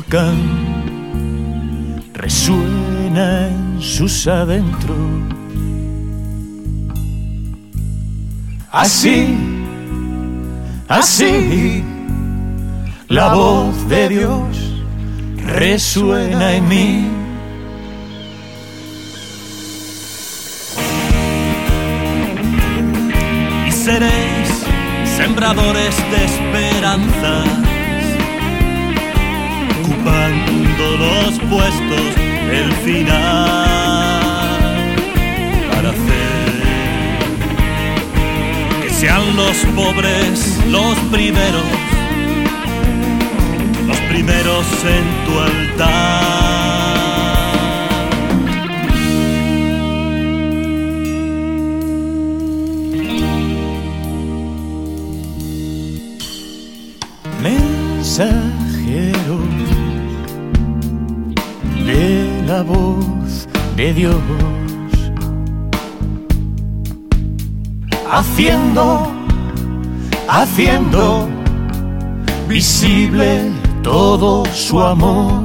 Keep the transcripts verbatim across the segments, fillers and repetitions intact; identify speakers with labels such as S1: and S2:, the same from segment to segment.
S1: volcán resuena en sus adentros. Así, así, la voz de Dios resuena en mí.
S2: Y seréis sembradores de esperanzas, ocupando los puestos del final, para hacer que sean los pobres los primeros, los primeros en tu altar.
S1: Mensajero de la voz de Dios, haciendo, haciendo visible todo su amor.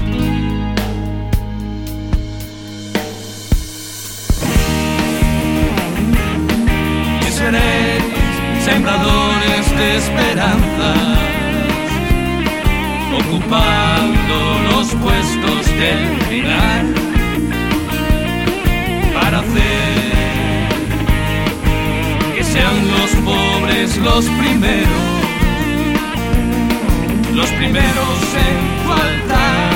S2: Que seréis sembradores de esperanzas, ocupando los puestos del final, para hacer que sean los pobres los primeros, los primeros en tu altar.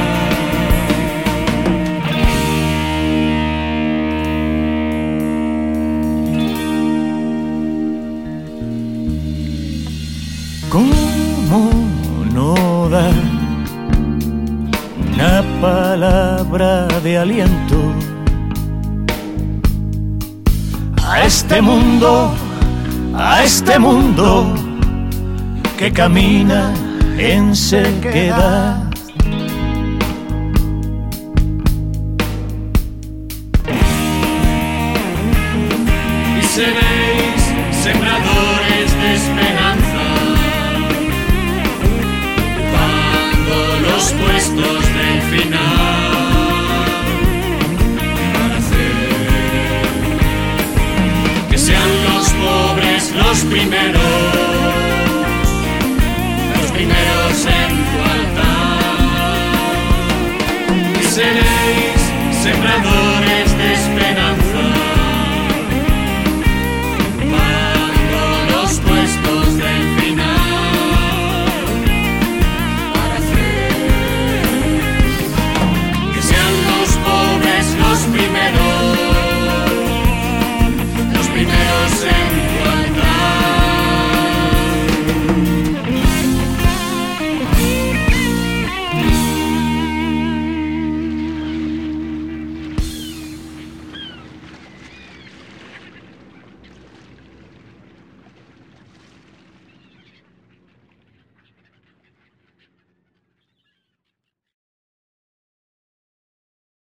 S1: ¿Cómo no dar una palabra de aliento a este mundo, a este mundo que camina en sequedad?
S2: Y seréis sembradores de esperanza, ocupando los puestos